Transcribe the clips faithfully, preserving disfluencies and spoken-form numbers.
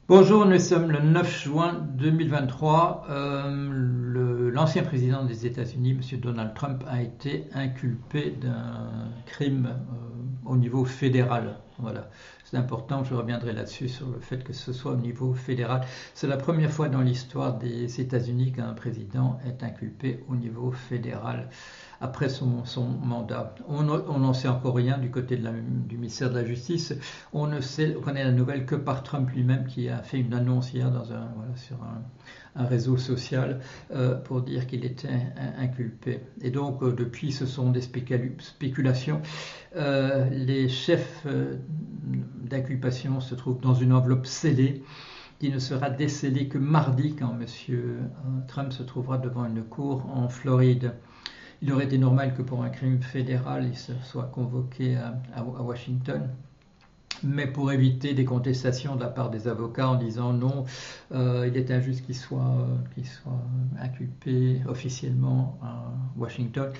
Bonjour, nous sommes le neuf juin deux mille vingt-trois. Euh, le- l'ancien président des États-Unis, M. Donald Trump, a été inculpé d'un crime euh, au niveau fédéral. Voilà, c'est important, je reviendrai là-dessus sur le fait que ce soit au niveau fédéral. C'est la première fois dans l'histoire des États-Unis qu'un président est inculpé au niveau fédéral après son, son mandat. On n'en sait encore rien du côté de la- du ministère de la Justice. On ne sait, on connaît la nouvelle que par Trump lui-même qui a fait une annonce hier dans un, voilà, sur un, un réseau social euh, pour dire qu'il était inculpé. Et donc euh, depuis, ce sont des spéculations. Euh, les chefs euh, d'inculpation se trouvent dans une enveloppe scellée qui ne sera décellée que mardi quand M. Trump se trouvera devant une cour en Floride. Il aurait été normal que pour un crime fédéral, il se soit convoqué à, à, à Washington. Mais pour éviter des contestations de la part des avocats en disant non, euh, il est injuste qu'il soit, euh, qu'il soit inculpé officiellement à Washington,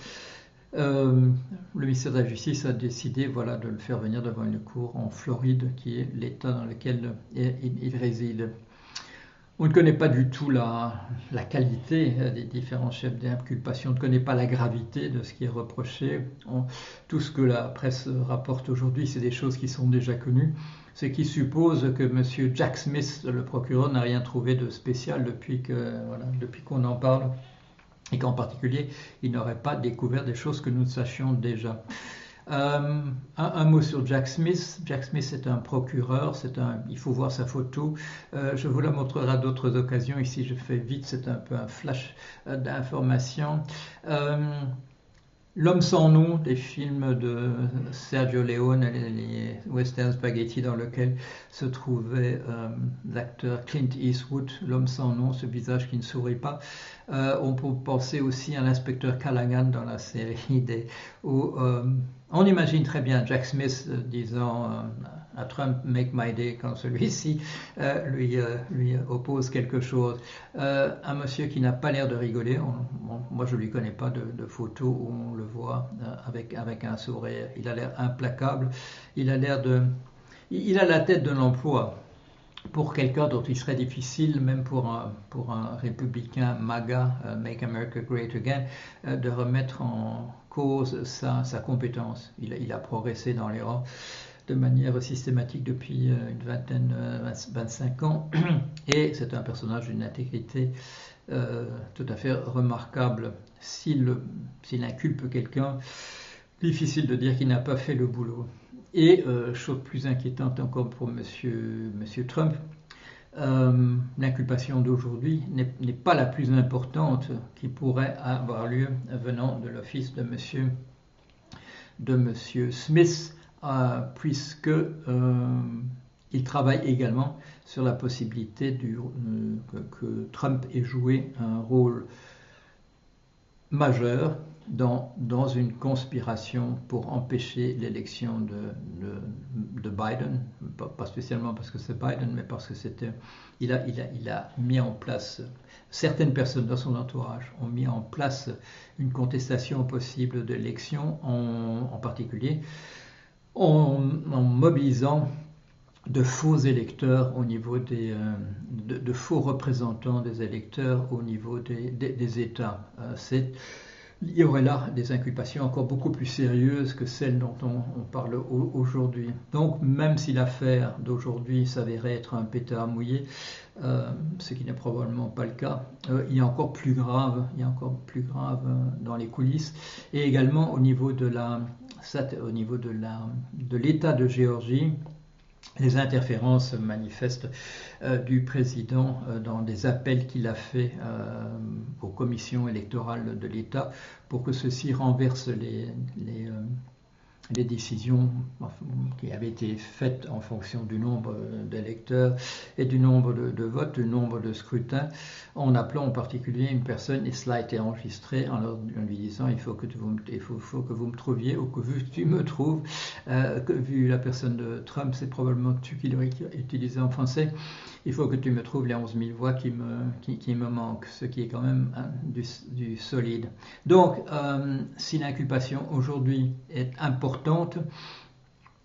euh, le ministère de la Justice a décidé voilà, de le faire venir devant une cour en Floride, qui est l'État dans lequel il, il réside. On ne connaît pas du tout la, la qualité des différents chefs d'inculpation, on ne connaît pas la gravité de ce qui est reproché. On, tout ce que la presse rapporte aujourd'hui, c'est des choses qui sont déjà connues, ce qui suppose que M. Jack Smith, le procureur, n'a rien trouvé de spécial depuis que, voilà, depuis qu'on en parle, et qu'en particulier, il n'aurait pas découvert des choses que nous sachions déjà. Euh, un, un mot sur Jack Smith. Jack Smith est un procureur, c'est un, il faut voir sa photo. Euh, je vous la montrerai à d'autres occasions. Ici, je fais vite, c'est un peu un flash euh, d'informations. Euh, L'homme sans nom, des films de Sergio Leone, les, les western spaghetti dans lesquels se trouvait euh, l'acteur Clint Eastwood, l'homme sans nom, ce visage qui ne sourit pas. Euh, on peut penser aussi à l'inspecteur Callaghan dans la série des, où euh, on imagine très bien Jack Smith euh, disant euh, à Trump "Make my day" quand celui-ci euh, lui, euh, lui oppose quelque chose. Euh, un monsieur qui n'a pas l'air de rigoler. On, on, moi, je ne lui connais pas de, de photos où on le voit euh, avec, avec un sourire. Il a l'air implacable. Il a l'air de, il a la tête de l'emploi. Pour quelqu'un dont il serait difficile, même pour un, pour un républicain MAGA, uh, Make America Great Again, uh, de remettre en cause sa, sa compétence. Il, il a progressé dans les rangs de manière systématique depuis uh, une vingtaine, uh, vingt-cinq ans, et c'est un personnage d'une intégrité uh, tout à fait remarquable. S'il, s'il inculpe quelqu'un, difficile de dire qu'il n'a pas fait le boulot. Et, euh, chose plus inquiétante encore pour monsieur, monsieur Trump, euh, l'inculpation d'aujourd'hui n'est, n'est pas la plus importante qui pourrait avoir lieu venant de l'office de monsieur, de monsieur Smith, euh, puisque euh, il travaille également sur la possibilité du, euh, que, que Trump ait joué un rôle majeur dans, dans une conspiration pour empêcher l'élection de, de, de Biden, pas, pas spécialement parce que c'est Biden, mais parce que c'était, il a, il a, il a mis en place, certaines personnes dans son entourage ont mis en place une contestation possible de l'élection, en, en particulier en, en mobilisant de faux électeurs au niveau des, euh, de, de faux représentants des électeurs au niveau des, des, des États. Euh, c'est, il y aurait là des inculpations encore beaucoup plus sérieuses que celles dont on, on parle au, aujourd'hui. Donc, même si l'affaire d'aujourd'hui s'avérait être un pétard mouillé, euh, ce qui n'est probablement pas le cas, euh, il y a encore plus grave, il y a encore plus grave euh, dans les coulisses, et également au niveau de la, au niveau de la, de l'État de Géorgie. Les interférences manifestes euh, du président euh, dans des appels qu'il a fait euh, aux commissions électorales de l'État pour que ceux-ci renversent les, les, euh, les décisions qui avaient été faites en fonction du nombre d'électeurs et du nombre de, de votes, du nombre de scrutins, en appelant en particulier une personne, et cela a été enregistré, en, leur, en lui disant il faut que vous, il faut, faut que vous me trouviez, ou que tu me trouves, euh, que, vu la personne de Trump, c'est probablement tu qui l'aurais utilisé en français, il faut que tu me trouves les onze mille voix qui me, qui, qui me manquent, ce qui est quand même hein, du, du solide. Donc, euh, si l'inculpation aujourd'hui est importante,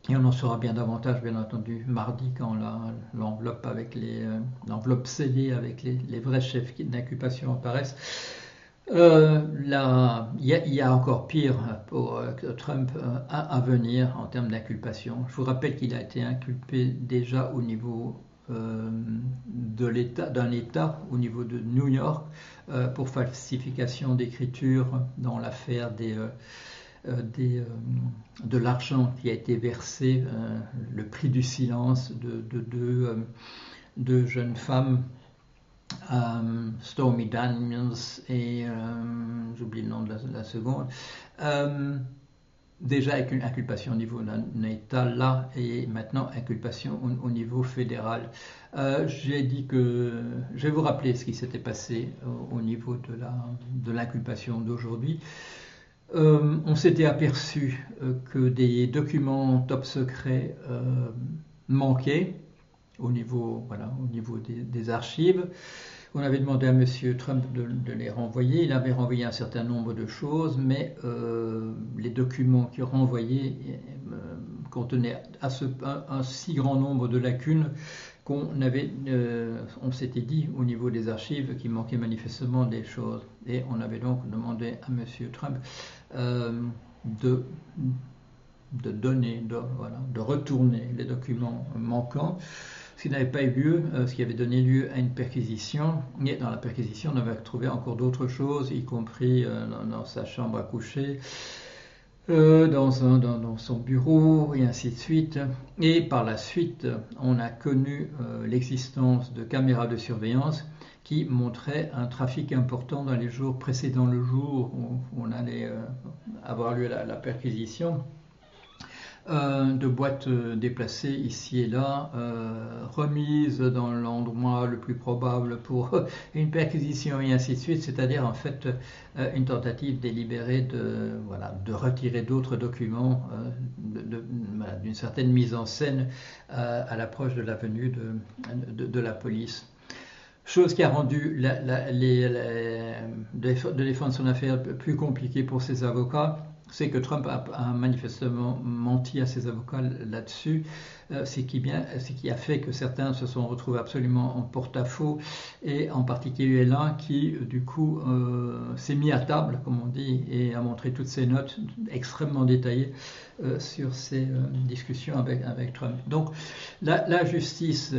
Et on en saura bien davantage, bien entendu, mardi, quand l'enveloppe avec les euh, l'enveloppe scellée avec les, les vrais chefs d'inculpation apparaissent. Euh, là, il y, y a encore pire pour euh, Trump euh, à, à venir en termes d'inculpation. Je vous rappelle qu'il a été inculpé déjà au niveau euh, de l'État, d'un État, au niveau de New York, euh, pour falsification d'écriture dans l'affaire des euh, Des, euh, de l'argent qui a été versé, euh, le prix du silence de deux euh, de jeunes femmes, euh, Stormy Daniels et euh, j'oublie le nom de la, de la seconde, euh, déjà avec une inculpation au niveau d'un État là et maintenant inculpation au, au niveau fédéral. Euh, j'ai dit que je vais vous rappeler ce qui s'était passé au, au niveau de la de l'inculpation d'aujourd'hui. Euh, on s'était aperçu euh, que des documents top secrets euh, manquaient au niveau, voilà, au niveau des, des archives. On avait demandé à M. Trump de, de les renvoyer. Il avait renvoyé un certain nombre de choses, mais euh, les documents qu'il renvoyait euh, contenaient à ce, un, un si grand nombre de lacunes qu'on avait, euh, on s'était dit au niveau des archives qu'il manquait manifestement des choses. Et on avait donc demandé à M. Trump euh, de, de donner, de, voilà, de retourner les documents manquants, ce qui n'avait pas eu lieu, euh, ce qui avait donné lieu à une perquisition. Et dans la perquisition, on avait trouvé encore d'autres choses, y compris euh, dans, dans sa chambre à coucher, Euh, dans, un, dans, dans son bureau, et ainsi de suite. Et par la suite, on a connu euh, l'existence de caméras de surveillance qui montraient un trafic important dans les jours précédant le jour où on allait euh, avoir lieu la, la perquisition. Euh, de boîtes déplacées ici et là, euh, remises dans l'endroit le plus probable pour une perquisition et ainsi de suite, c'est-à-dire en fait euh, une tentative délibérée de, voilà, de retirer d'autres documents, euh, d'une certaine mise en scène euh, à l'approche de la venue de, de, de la police. Chose qui a rendu la, la, les, les, de défendre son affaire plus compliquée pour ses avocats. C'est que Trump a, a manifestement menti à ses avocats là-dessus, euh, ce qui, qui a fait que certains se sont retrouvés absolument en porte-à-faux, et en particulier l'un qui, du coup, euh, s'est mis à table, comme on dit, et a montré toutes ses notes extrêmement détaillées euh, sur ses euh, discussions avec, avec Trump. Donc, la, la justice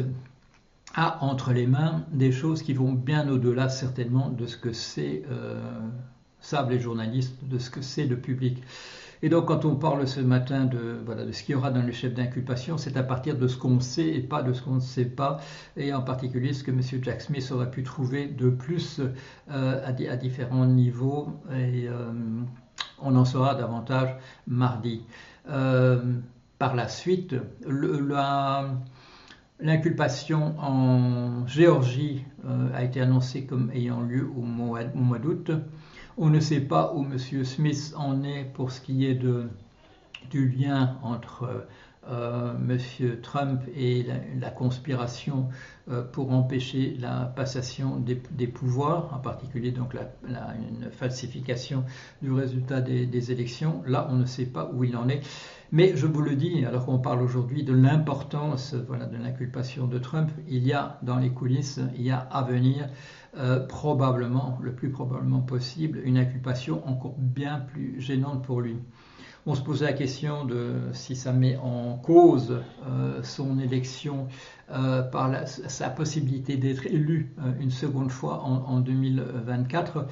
a entre les mains des choses qui vont bien au-delà, certainement, de ce que c'est... Euh, savent les journalistes de ce que c'est le public. Et donc quand on parle ce matin de, voilà, de ce qu'il y aura dans le chef d'inculpation, c'est à partir de ce qu'on sait et pas de ce qu'on ne sait pas, et en particulier ce que M. Jack Smith aurait pu trouver de plus euh, à, à différents niveaux, et euh, on en saura davantage mardi. Euh, par la suite, le, la... L'inculpation en Géorgie euh, a été annoncée comme ayant lieu au mois, au mois d'août. On ne sait pas où M. Smith en est pour ce qui est de, du lien entre euh, M. Trump et la, la conspiration euh, pour empêcher la passation des, des pouvoirs, en particulier donc la, la, une falsification du résultat des, des élections. Là, on ne sait pas où il en est. Mais je vous le dis, alors qu'on parle aujourd'hui de l'importance voilà, de l'inculpation de Trump, il y a dans les coulisses, il y a à venir euh, probablement, le plus probablement possible, une inculpation encore bien plus gênante pour lui. On se posait la question de si ça met en cause euh, son élection euh, par la, sa possibilité d'être élu euh, une seconde fois en, en deux mille vingt-quatre.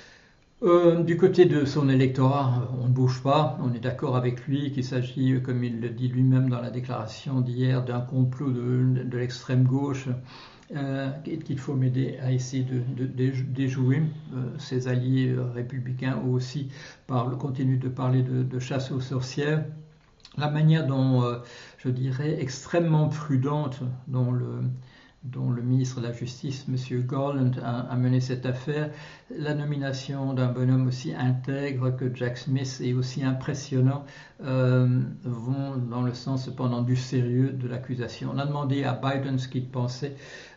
Euh, du côté de son électorat, on ne bouge pas. On est d'accord avec lui qu'il s'agit, comme il le dit lui-même dans la déclaration d'hier, d'un complot de, de l'extrême gauche euh, qu'il faut m'aider à essayer de, de, de déjouer. Euh, ses alliés républicains aussi parlent, continuent de parler de, de chasse aux sorcières. La manière dont, euh, je dirais, extrêmement prudente dont le dont le ministre de la Justice, M. Garland, a, a mené cette affaire, la nomination d'un bonhomme aussi intègre que Jack Smith et aussi impressionnant euh, vont dans le sens cependant du sérieux de l'accusation. On a demandé à Biden ce qu'il pensait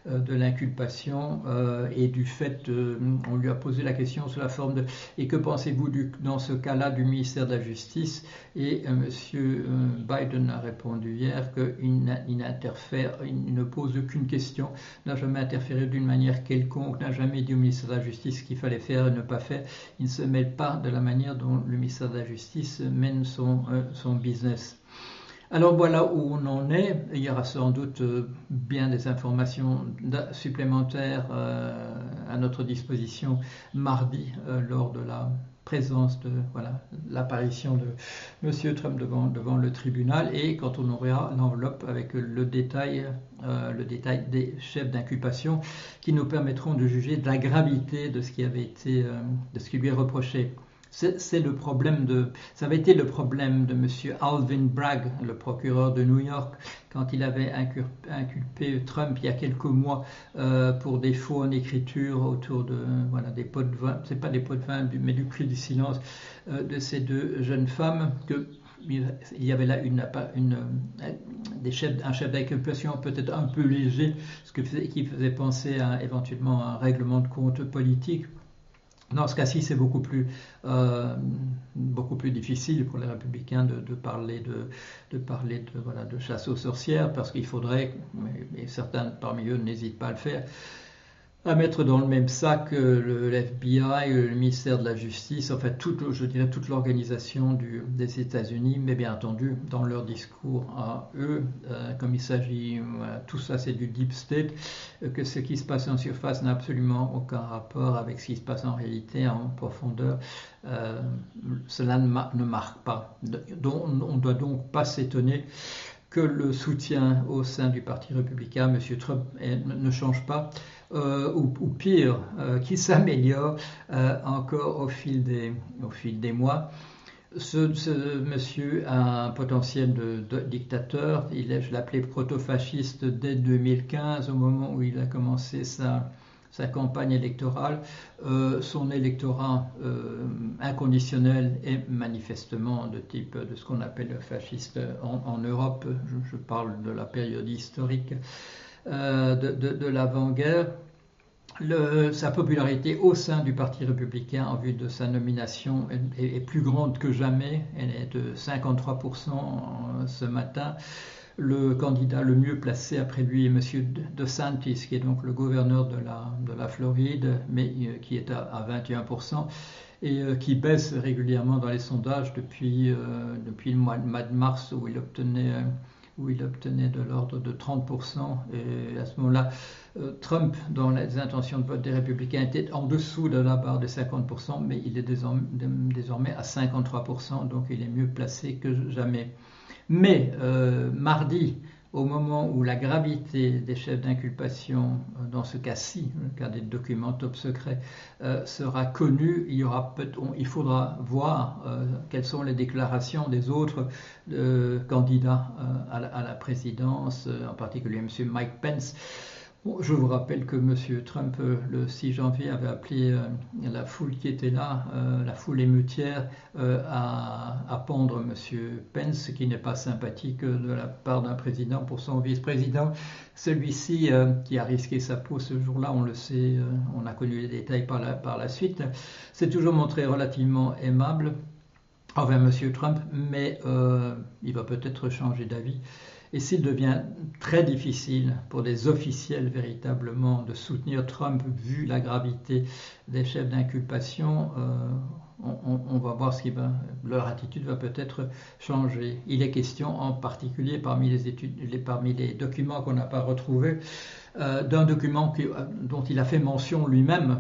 euh, de l'inculpation euh, et du fait, euh, on lui a posé la question sous la forme de « Et que pensez-vous dans ce cas-là du ministère de la Justice ?» Et euh, M. Biden a répondu hier qu'il n'interfère, il ne pose aucune question, n'a jamais interféré d'une manière quelconque, n'a jamais dit au ministère de la Justice ce qu'il fallait faire et ne pas faire. Il ne se mêle pas de la manière dont le ministère de la Justice mène son, euh, son business. Alors voilà où on en est. Il y aura sans doute euh, bien des informations supplémentaires euh, à notre disposition mardi euh, lors de la présence de voilà l'apparition de M. Trump devant, devant le tribunal et quand on aura l'enveloppe avec le détail, euh, le détail des chefs d'inculpation qui nous permettront de juger de la gravité de ce qui avait été, euh, de ce qui lui est reproché. C'est le problème de, ça avait été le problème de M. Alvin Bragg, le procureur de New York, quand il avait inculpé Trump il y a quelques mois euh, pour des faux en écriture autour de voilà des pots de vin, c'est pas des pots de vin, mais du cri du silence euh, de ces deux jeunes femmes que il y avait là une, une, des chefs, un chef d'inculpation peut-être un peu léger, ce que, qui faisait penser à éventuellement à un règlement de compte politique. Dans ce cas-ci, c'est beaucoup plus, euh, beaucoup plus difficile pour les républicains de, de parler, de, de, parler de, voilà, de chasse aux sorcières, parce qu'il faudrait, et certains parmi eux n'hésitent pas à le faire, à mettre dans le même sac le F B I, le ministère de la Justice, en fait, toute, je dirais toute l'organisation des États-Unis, mais bien entendu, dans leur discours à eux, euh, comme il s'agit, euh, tout ça c'est du deep state, euh, que ce qui se passe en surface n'a absolument aucun rapport avec ce qui se passe en réalité, en profondeur. Euh, cela ne, ne marque pas. On ne doit donc pas s'étonner que le soutien au sein du Parti républicain, M. Trump, ne change pas. Euh, ou, ou pire, euh, qui s'améliore euh, encore au fil des, au fil des mois. Ce, ce monsieur a un potentiel de, de dictateur. Il est, je l'appelais proto-fasciste dès deux mille quinze, au moment où il a commencé sa, sa campagne électorale. Euh, son électorat euh, inconditionnel est manifestement de type de ce qu'on appelle fasciste en, en Europe. Je, je parle de la période historique. Euh, de, de, de l'avant-guerre. Le, sa popularité au sein du Parti républicain en vue de sa nomination est, est, est plus grande que jamais. Elle est de cinquante-trois pour cent ce matin. Le candidat le mieux placé après lui est M. DeSantis, qui est donc le gouverneur de la, de la Floride, mais euh, qui est à, à vingt et un pour cent et euh, qui baisse régulièrement dans les sondages depuis, euh, depuis le mois de mars où il obtenait... Euh, où il obtenait de l'ordre de trente pour cent. Et à ce moment-là, euh, Trump, dont les intentions de vote des républicains étaient en dessous de la barre des cinquante pour cent, mais il est désormais, désormais à cinquante-trois pour cent, donc il est mieux placé que jamais. Mais euh, mardi, au moment où la gravité des chefs d'inculpation, euh, dans ce cas-ci, le cas des documents top secrets, euh, sera connue, il, y aura peut- on, il faudra voir euh, quelles sont les déclarations des autres euh, candidats euh, à, la, à la présidence, euh, en particulier M. Mike Pence. Bon, je vous rappelle que M. Trump, euh, le six janvier, avait appelé euh, la foule qui était là, euh, la foule émeutière, euh, à, à pendre M. Pence, ce qui n'est pas sympathique de la part d'un président pour son vice-président. Celui-ci, euh, qui a risqué sa peau ce jour-là, on le sait, euh, on a connu les détails par la, par la suite, s'est toujours montré relativement aimable envers M. Trump, mais euh, il va peut-être changer d'avis. Et s'il devient très difficile pour des officiels véritablement de soutenir Trump, vu la gravité des chefs d'inculpation, euh, on, on va voir ce qui va, leur attitude va peut-être changer. Il est question en particulier parmi les, études, les, parmi les documents qu'on n'a pas retrouvés, euh, d'un document qui, dont il a fait mention lui-même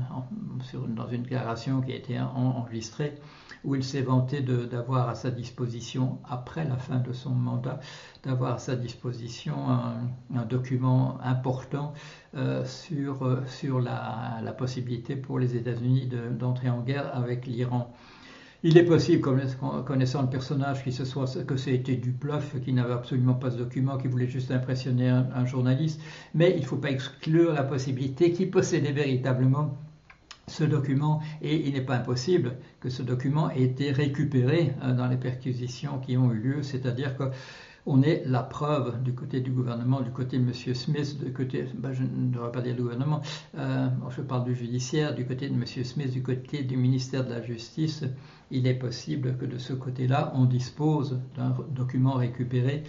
euh, dans une déclaration qui a été enregistrée, où il s'est vanté d'avoir à sa disposition, après la fin de son mandat, d'avoir à sa disposition un, un document important euh, sur, euh, sur la, la possibilité pour les États-Unis d'entrer en guerre avec l'Iran. Il est possible, connaissant le personnage, que ce soit que c'était du bluff, qu'il n'avait absolument pas ce document, qu'il voulait juste impressionner un, un journaliste, mais il ne faut pas exclure la possibilité qu'il possédait véritablement ce document, et il n'est pas impossible que ce document ait été récupéré dans les perquisitions qui ont eu lieu, c'est-à-dire que on est la preuve du côté du gouvernement, du côté de M. Smith, du côté, ben je ne devrais pas dire du gouvernement, euh, je parle du judiciaire, du côté de M. Smith, du côté du ministère de la Justice, il est possible que de ce côté-là, on dispose d'un document récupéré.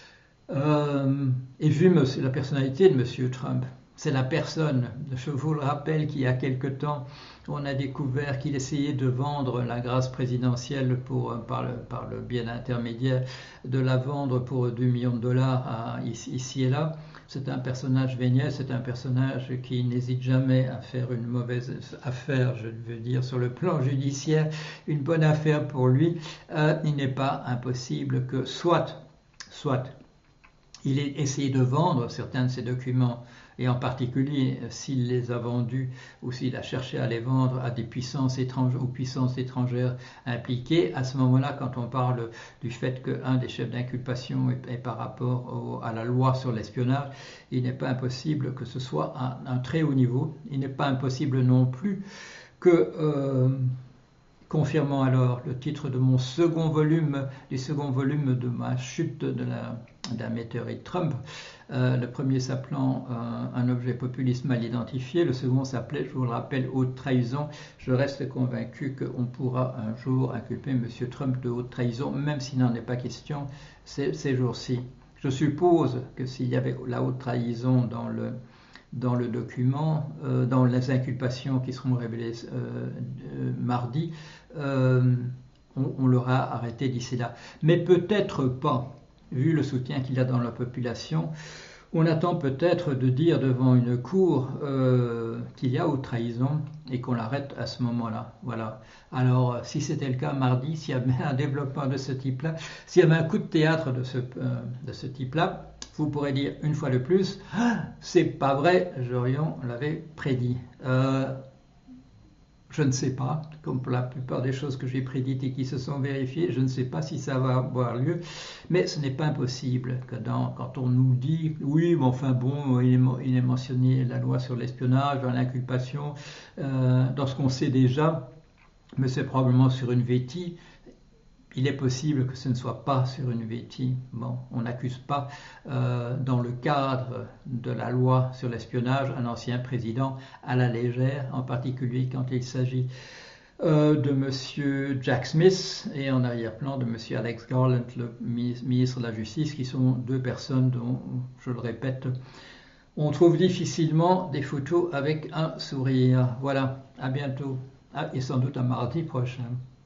Euh, et vu la personnalité de M. Trump, c'est la personne, je vous le rappelle qu'il y a quelque temps, on a découvert qu'il essayait de vendre la grâce présidentielle pour, par, le, par le biais d'intermédiaire, de la vendre pour deux millions de dollars à, ici, ici et là. C'est un personnage véniel, c'est un personnage qui n'hésite jamais à faire une mauvaise affaire, je veux dire, sur le plan judiciaire, une bonne affaire pour lui. Euh, il n'est pas impossible que soit, soit, il ait essayé de vendre certains de ces documents, et en particulier s'il les a vendus ou s'il a cherché à les vendre à des puissances étrangères, aux puissances étrangères impliquées. À ce moment-là, quand on parle du fait qu'un des chefs d'inculpation est, est par rapport au, à la loi sur l'espionnage, il n'est pas impossible que ce soit à un très haut niveau. Il n'est pas impossible non plus que... Euh, confirmant alors le titre de mon second volume, du second volume de ma chute de la, de la météorite Trump, euh, le premier s'appelant euh, un objet populiste mal identifié, le second s'appelait, je vous le rappelle, haute trahison. Je reste convaincu qu'on pourra un jour inculper M. Trump de haute trahison, même s'il n'en est pas question ces, ces jours-ci. Je suppose que s'il y avait la haute trahison dans le dans le document, euh, dans les inculpations qui seront révélées euh, euh, mardi, euh, on, on l'aura arrêté d'ici là. Mais peut-être pas, vu le soutien qu'il a dans la population. On attend peut-être de dire devant une cour euh, qu'il y a haute trahison et qu'on l'arrête à ce moment-là. Voilà. Alors, si c'était le cas mardi, s'il y avait un développement de ce type-là, s'il y avait un coup de théâtre de ce, euh, de ce type-là, vous pourrez dire une fois de plus, ah, c'est pas vrai, Jorion l'avait prédit. Euh, je ne sais pas, comme pour la plupart des choses que j'ai prédites et qui se sont vérifiées, je ne sais pas si ça va avoir lieu, mais ce n'est pas impossible que dans, quand on nous dit, oui, mais enfin bon, il est, il est mentionné la loi sur l'espionnage, dans l'inculpation, euh, dans ce qu'on sait déjà, mais c'est probablement sur une vétie. Il est possible que ce ne soit pas sur une vétie. Bon, on n'accuse pas, euh, dans le cadre de la loi sur l'espionnage, un ancien président à la légère, en particulier quand il s'agit euh, de M. Jack Smith et en arrière-plan de M. Alex Garland, le ministre de la Justice, qui sont deux personnes dont, je le répète, on trouve difficilement des photos avec un sourire. Voilà, à bientôt. Ah, et sans doute à mardi prochain.